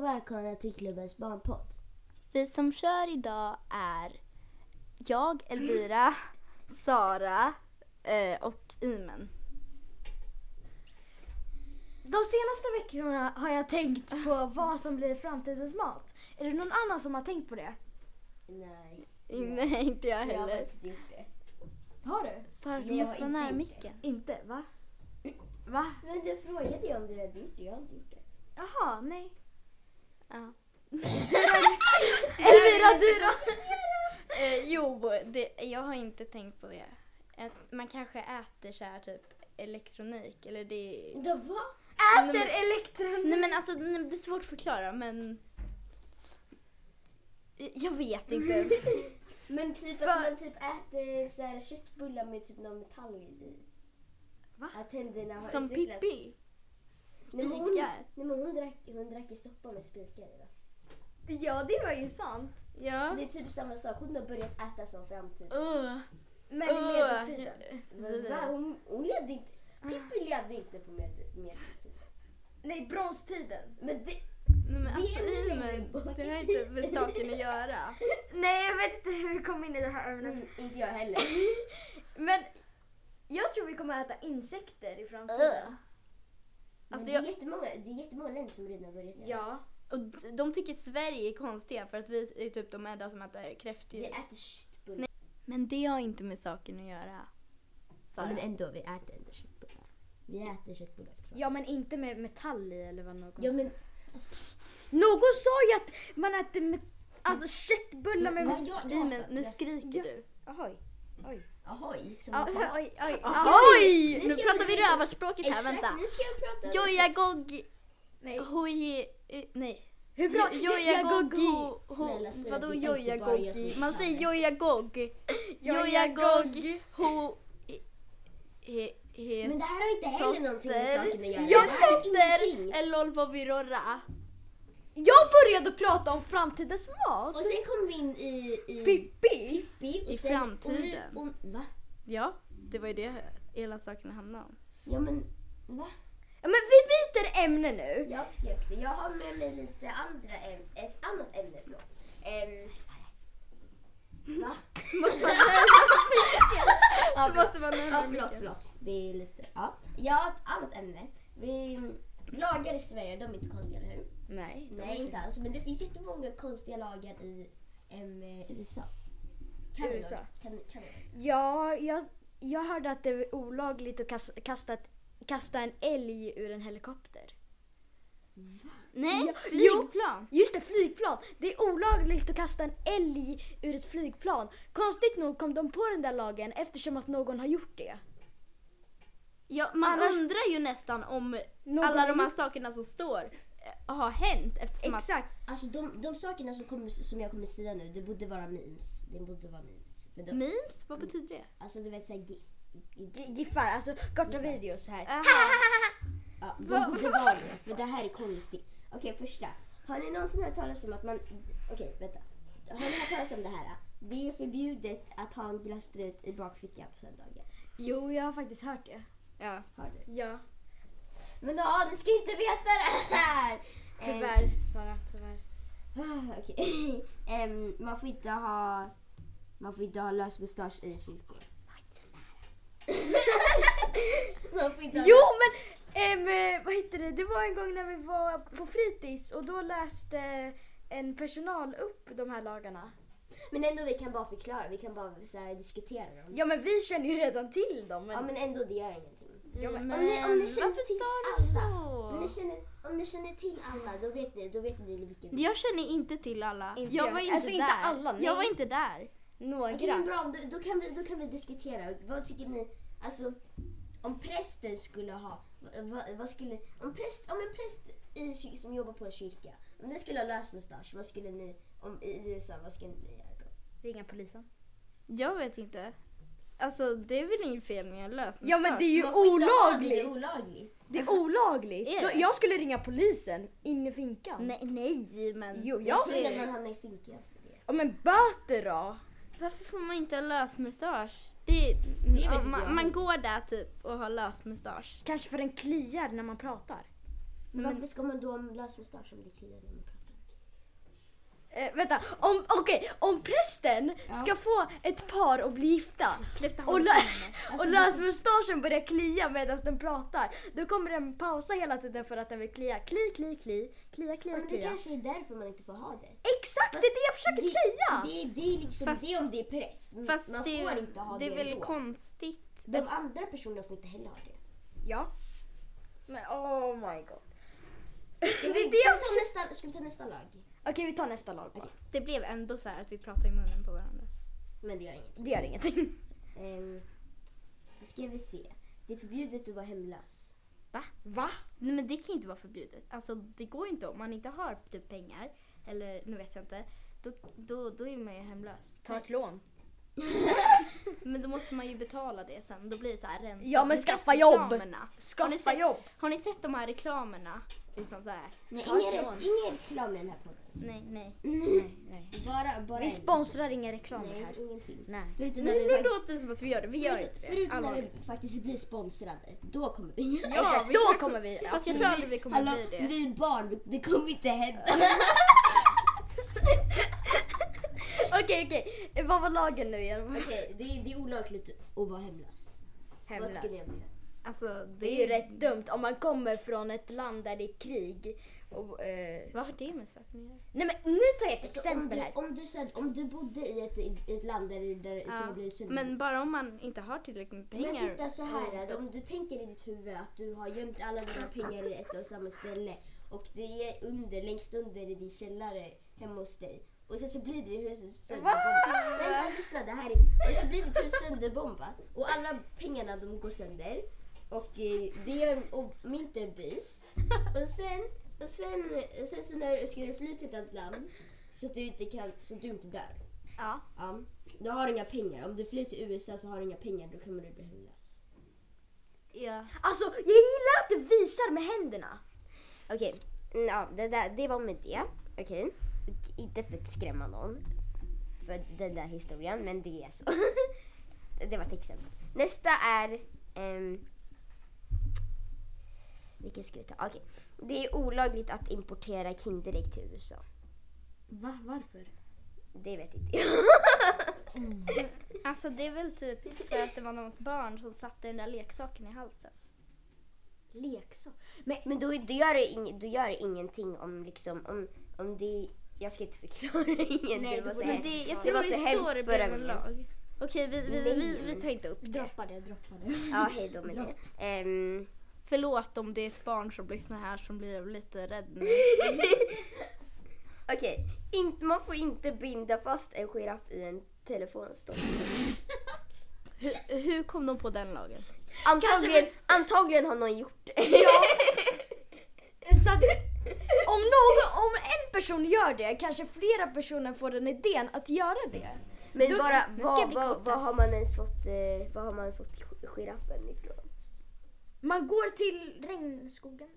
välkomna till Klubbens barnpodd. Vi som kör idag är jag, Elvira, Sara och Imen. De senaste veckorna har jag tänkt på vad som blir framtidens mat. Är det någon annan som har tänkt på det? Nej, Nej, inte jag jag har heller. faktiskt gjort det. Har du? Sara, Nej, du jag måste har vara nära inte gjort micken. Inte, va? Va? Men du frågade ju om du hade gjort det. Jag har inte gjort det. Jaha, nej. Ja. Elvira, du då? Jag har inte tänkt på det. Man kanske äter så här typ elektronik eller det. Då va? Äter elektronik. Nej men alltså det är svårt att förklara men jag vet inte. Men typ att man typ äter så här köttbullar med typ någon metall i. Va? Att tänderna har Som utvecklats. Pippi. Nej, men Spikar. hon drack i soppa med spikar i. Va? Ja, det var ju sant. Ja. Så det är typ samma sak. Hon har börjat äta som framtid. Men i medeltiden. Va? Hon levde inte. Pippi levde inte på medeltiden. Nej, bronstiden. Men det... Nej, men Det alltså är Imen, bak. det har inte med saken att göra. Nej, jag vet inte hur vi kom in i det här ämnet. Inte jag heller. Men jag tror vi kommer äta insekter i framtiden. Alltså, Men det är jättemånga länder som redan har börjat göra. Ja. Och de tycker Sverige är konstiga för att vi är typ de enda som äter Vi kräftdjur. äter köttbullar. Men det har inte med saken att göra. Sara. Men ändå, vi äter ändå köttbullar. Vi äter köttbullar fortfarande. Ja, men inte med metall i eller vad någon. Ja, men alltså, Någon sa ju att man äter alltså köttbullar med Men jag- Imen, nu skriker du. Ahoj. ahoj. Som Ja, vi- Oj. Oj! Nu Nu ska pratar vi vi- rövarspråket här, Exakt, vänta. nu ska jag prata. Jojagog, Nej. hoj, nej. Hur bra? Jojagog, Snälla, säg vadå det är inte bara jag som jojagog? inte Man kan säger det. jojagog. Jojagog, ho, Men det här har inte heller någonting med saken att göra. Jag Det här är fattar, ingenting. elol vad vi rorra. Jag började prata om framtidens mat. Och sen kom vi in i Pippi. Pippi. Och I sen, framtiden. Och nu, va? Ja, det var ju det hela saken handlade om. Ja, men va? Ja, men vi byter ämne nu. Jag tycker också. Jag har med mig lite ett annat ämne, förlåt. Va? Måste man Ja, Det måste vara Ja, närmare förlåt. Det är lite... Ja. Jag har ett annat ämne. Vi lagar i Sverige, de är inte konstiga, eller hur? Nej. Nej, inte alls. Men det finns jättemånga konstiga lagar i USA. Kanada. USA. Kanada. Ja, jag hörde att det är olagligt att kasta en älg ur en helikopter. Nej, Ja, flygplan. Just det, flygplan. Det är olagligt att kasta en älg ur ett flygplan. Konstigt nog kom de på den där lagen eftersom att någon har gjort det. Ja, man Annars- undrar ju nästan om Någon alla har de här gjort- sakerna som står har hänt eftersom att... Exakt. Alltså de sakerna som jag kommer säga nu, det borde vara memes. Det borde vara memes. För de, Memes? Vad betyder det? alltså du vet såhär Giffar, alltså korta videos här. Ja, de borde vara det, för det här är konstigt. Okej, första. Har ni någonsin hört talas om att man... Okej, vänta. Har ni hört talas om det här? Det är förbjudet att ha en glasstrut i bakfickan på söndagar. Jo, jag har faktiskt hört det. Ja. Har du? Ja, Men ni ska inte veta det här! tyvärr, Sara, tyvärr. Okej. Man får inte ha lös mustasch i kyrkor. Man får inte ha Jo, men vad heter det? Det var en gång när vi var på fritids och då läste en personal upp de här lagarna. Men ändå, vi kan bara förklara. Vi kan bara så här, diskutera dem. Ja, men vi känner ju redan till dem. Men... Ja, men ändå, det gör ingenting. Ja, men- Om ni känner varför till sa du alla, så? om ni känner till alla, då vet ni vilken. Jag känner inte till alla. Inte jag jag. var inte Alltså, där. inte alla, nej. Jag var inte där. Några. Okej, men bra, då kan vi diskutera. Vad tycker ni? Alltså, om prästen skulle ha... Vad skulle... Om en präst som jobbar på en kyrka, om den skulle ha lös mustasch, vad skulle ni... I USA, vad skulle ni göra då? Ringa polisen. Jag vet inte. Alltså det är väl inget fel med en lös Ja, men det är ju Man får inte ha det, olagligt. det är olagligt. Det är olagligt. Är det? Jag skulle ringa polisen in i finkan. Nej, men... Jo, Jag jag tror inte skulle... att man hamnar i finkan för det. Ja, men böter då? Varför får man inte ha lös mustasch? vet inte man, jag. man går där typ och har lös mustasch. Kanske för den kliar när man pratar. Men varför ska man då ha lös mustasch om det kliar när man pratar? Vänta, om prästen ska få ett par att bli gifta och lösmustaschen börjar klia medan den pratar, då kommer den pausa hela tiden för att den vill klia. Klia. Men det kanske är därför man inte får ha det. Exakt, det är det jag försöker säga! Det är liksom det om det är präst. Fast man får inte ha det är väl ändå. konstigt. De andra personerna får inte heller ha det. Ja. Men oh my god. Ska vi ta nästa lag? Okej, vi tar nästa lag bara. Det blev ändå så här att vi pratar i munnen på varandra. Men det gör inget. Det gör ingenting. Då ska vi se. Det är förbjudet att vara hemlös. Va? Nej, men det kan inte vara förbjudet. Alltså det går inte om man inte har typ pengar. Eller nu vet jag inte. Då är man ju hemlös. Ta ett lån. Men då måste man ju betala det sen. Då blir det så här ränta. Ja, men Ni skaffa sett jobb. reklamerna? Skaffa jobb. Har ni sett de här reklamerna? Liksom så här. Nej, Ta ett lån. ingen reklam i den här podden. Nej. Nej. Bara Vi sponsrar ingen reklam Nej, här. ingenting. Nej. Förutom Nu när vi faktiskt, låter det som att vi gör det. Vi gör inte det. förutom när vi Allvarligt. faktiskt blir sponsrade. Då kommer vi göra Ja, Exakt, vi då kanske- kommer vi. Fast jag tror aldrig vi kommer bli det. vi barn, det kommer inte hända. Okej. Vad var lagen nu igen? Okej, det är olagligt att vara hemlös. Vad tycker ni om det? Alltså Det är ju rätt dumt om man kommer från ett land där det är krig. Och, Vad har det med saken att göra? nej men nu tar jag ett Alltså, exempel här. om du bodde i ett land där som har blivit sönder. Men bara om man inte har tillräckligt med pengar. Men titta så här, att om du tänker i ditt huvud att du har gömt alla dina pengar i ett och samma ställe och det är längst under i din källare hemma hos dig. Och sen så blir det huset sönderbombat. Men lyssna, det här är... Och så blir ditt hus sönderbombat och alla pengarna de går sönder. Och det gör och mynten bys. Och sen så när ska du fly till ett annat land så att du inte dör. Ja. Ja, då har du inga pengar. Om du flyr till USA så har du inga pengar, då kommer du bli hemlös. Ja. Alltså jag gillar att du visar med händerna. Okej, ja, det var med det. Okej, inte för att skrämma någon för den där historien, men det är så. Det var ett exempel. Nästa är vilken ska vi ta? Okej. Det är olagligt att importera Kinderägg till USA. Va? Varför? Det vet inte jag. Alltså det är väl typ för att det var något barn som satte den där leksaken i halsen. Leksak? Men då gör det ingenting om liksom om det. Jag ska inte förklara igen. Nej, Det var så Men här. det, jag Det tror var det så är hemskt så det förra blev en gången. lag. Okej, vi tar inte upp det. Droppa det. Ja, hej då med det. Förlåt om det är ett barn som lyssnar här som blir lite rädd nu. Okej, man får inte binda fast en giraff i en telefonstång. Hur kom de på den lagen? Antagligen har någon gjort det. Så att om en person gör det, kanske flera personer får den idén att göra det. Men Då- bara nu ska jag bli kortare. vad har man ens fått vad har man fått giraffen ifrån? Man går till regnskogen.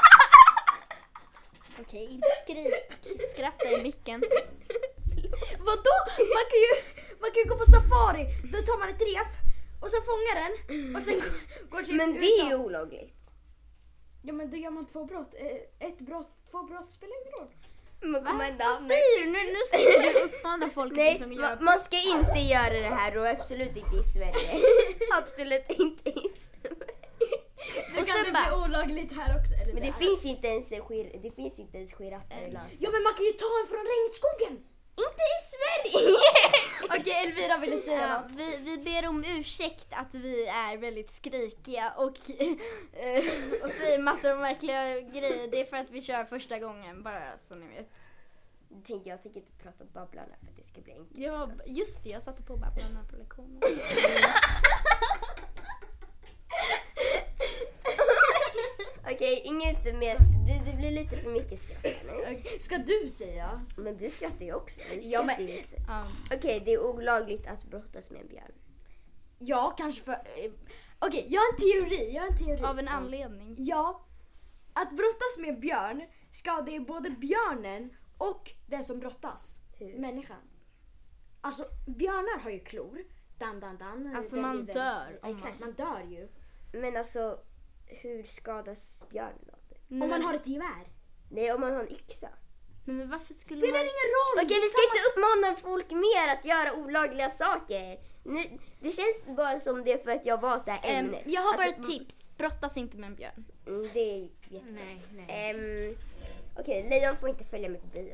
Okej, inte skratta i micken. Vadå? Man kan ju gå på safari. Då tar man ett rep och sen fångar den och sen går till Men det USA. är ju olagligt. Ja, men då gör man 2 brott. Två brott spelar ingen roll. Man kommer inte Vad säger du? Nu ska du uppmana folk Nej, som gör man ska inte göra det här och absolut inte i Sverige. Absolut inte i Sverige. Då Och kan sen det bara- bli olagligt här också. Eller Men det där. finns inte ens giraffer i Lasse. Ja, men man kan ju ta en från regnskogen. Inte i Sverige! Okej, Elvira ville säga Ja, något. vi ber om ursäkt att vi är väldigt skrikiga och säger massor av märkliga grejer. Det är för att vi kör första gången, bara så ni vet. Jag tänker inte prata om Babblarna för att det ska bli enkelt Ja, för oss. just det. Jag satte på Babblarna på lektionen. Okej, inget mer. Det blir lite för mycket skratt här nu. Ska du säga? Men du skrattar ju också. Vi Ja, men- skrattar ju också. Ja. Okej, det är olagligt att brottas med en björn. Ja, kanske för... Okej, jag har en teori. Av en anledning. Ja, att brottas med en björn skadar ju både björnen och den som brottas. Hur? Människan. Alltså, björnar har ju klor. Dan. Alltså, Den man river. dör om Exakt, man- man dör ju. Men alltså, hur skadas björnen av det? Om man har ett gevär. Nej, om man har en yxa. Nej, men varför skulle Spelar man... ingen roll. Okej, vi ska inte uppmana folk mer att göra olagliga saker. Nu, det känns bara som det för att jag valt det här ämnet. Jag har bara Att- ett tips. Brottas inte med en björn. Det är jättebra. Nej. Okej, lejon får inte följa med på bio.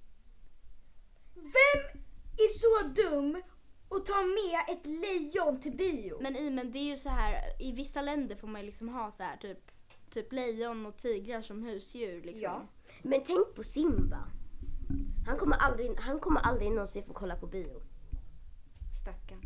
Vem är så dum att ta med ett lejon till bio? Men det är ju så här, i vissa länder får man ju liksom ha så här typ lejon och tigrar som husdjur liksom. Ja. Men tänk på Simba. Han kommer aldrig någonsin få kolla på bio. Stackarn.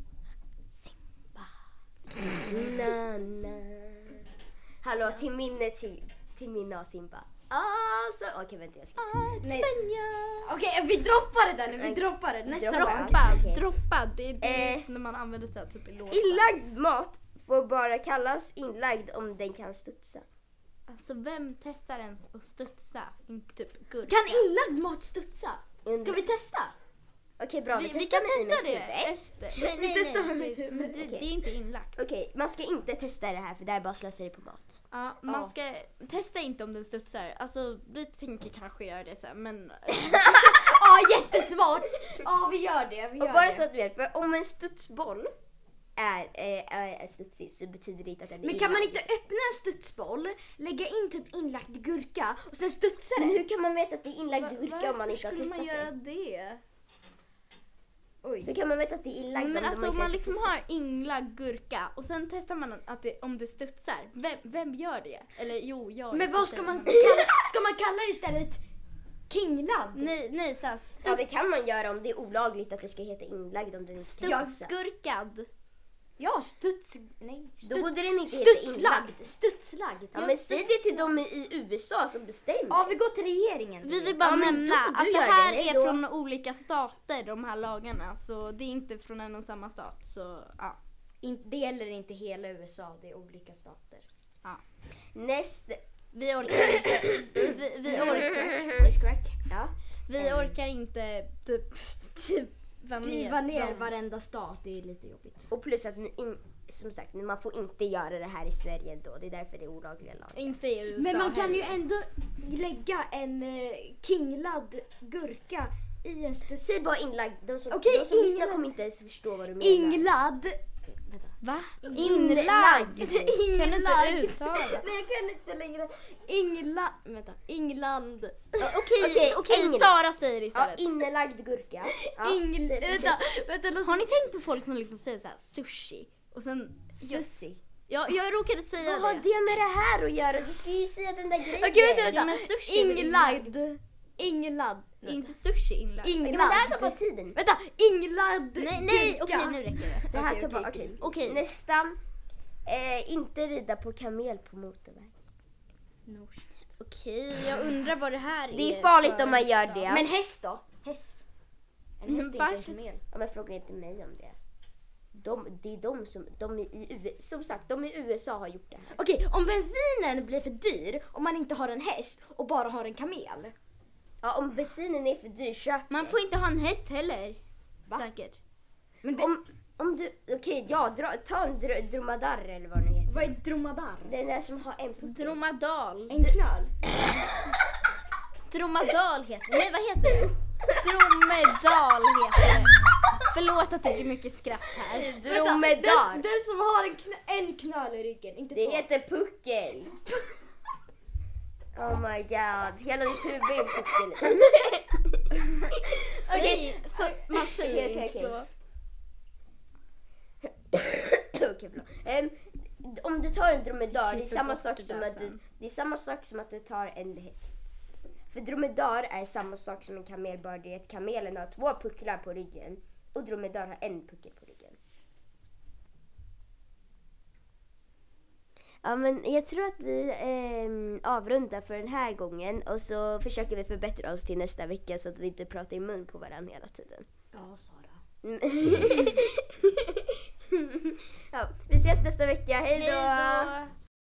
Na, na. Hallå, till minne av Simba. Okej, vänta, jag ska Nej. Okej, vi droppar det där nu. Vi droppar det. Nästa Droppa. gång. Okej. Droppa. Det är när man använder så här typ i låda. Inlagd mat får bara kallas inlagd om den kan studsa. Alltså vem testar ens att studsa? Typ gurka. Kan inlagd mat studsa? Ska vi testa? Okej, bra. Vi Vi testar kan med testa Ines det huvud. efter. Vi testar med mitt nej. huvud. Det Okej. är inte inlagt. Okej, man ska inte testa det här för det är bara slöseri på mat. Ja, man ska testa inte om den studsar. Alltså vi tänker kanske göra det sen, men Ja, jättesmart. Ja, vi gör det. Vi Och gör bara det. så att du vet, för om en studsboll är studsig så betyder det inte att den är Men kan man inlagd. inte öppna en studsboll, lägga in typ inlagd gurka och sen studsa Men den? hur kan man veta att det är inlagd gurka om man inte har skulle testat man göra det? det? Hur kan man veta att det är inlagd Men om alltså man om inte man ens liksom testat? har inlagd gurka och sen testar man att om det studsar. Vem gör det? Eller jo, jag. Men vad ska man ska man kalla det istället? Kinglad? Nej såhär Ja, det kan man göra om det är olagligt att det ska heta inlagd om den inte kan studsa. studsgurkad. Ja, nej. Då borde den inte heta inlagd. Studslagd. Studslagd. Ja, men säg det till dem i USA som bestämmer. Ja, vi går till regeringen. Vi vill bara Ja, men nämna då får du att det göra här det. Hej är då. från olika stater, de här lagarna. Så det är inte från en och samma stat. Så ja. Det gäller inte hela USA, det är olika stater. Nästa. Vi orkar inte. Ja. Vi orkar inte typ Skriva ner varenda stat, det är lite jobbigt. Och plus att som sagt, man får inte göra det här i Sverige ändå. Det är därför det är olagliga lagar. Inte i USA. Men man kan ju heller. ändå lägga en kinglad gurka i en studs... Säg bara inlagd. De som Okej, lyssnar inlagd. kommer inte ens förstå vad du menar. Inglad. Va? Inlagd. Kan du inte uttala? Nej, jag kan inte längre. England. Okej, Okej, England. Sara säger det Ja, istället. inlagd gurka. Ja, säg fortsätt. Vänta, Har ni tänkt på folk som liksom säger så här sushi? Och sen... Sussi. Jag råkade säga Vad har det. det med det här att göra? Du ska ju säga den där grejen. Okej, vänta. Ja, men sushi är väl Inglad. Inglad. Inte sushi inlagd. Men det här tar bara Inglad. tiden. Vänta, inglad. Nej, gurka. okej, nu räcker det. Det här Okej, tar bara, okej, okej. okej. Nästa. Inte rida på kamel på motorväg. Okej, jag undrar vad det här är. Det är farligt för om man gör sak. det. Men häst då? Häst. En häst är inte en Varför? kamel. Ja, men fråga inte mig om det. Det är de i USA har gjort det här. Okej, om bensinen blir för dyr om man inte har en häst och bara har en kamel. Ja, om bensinen är för dyr, köp Man får inte ha en häst heller. Va? Säkert. Men det, om du, okej, ja, ta en dromedar eller vad det nu heter. vad är dromedar? Den där som har en puckel. Dromadal. En knöl? Dromadal heter det. Nej, vad heter det? Dromedal heter det. Förlåt att det blir mycket skratt här. Dromedar. Den som har en knöl i ryggen, inte Det två. heter puckel. Oh my god, hela ditt huvud är en puckel. Okej, så man säger Okej, inte okej. så. Okej, förlåt. Om du tar en dromedar, det är Klipper samma bort sak det som där att sen. det är samma sak som att du tar en häst. För dromedar är samma sak som en kamel, bara det är att kamelen har 2 pucklar på ryggen och dromedar har 1 puckel på ryggen. Ja, men jag tror att vi avrundar för den här gången och så försöker vi förbättra oss till nästa vecka så att vi inte pratar i mun på varandra hela tiden. Ja, Sara. Ja, vi ses nästa vecka. Hej då! Hej då!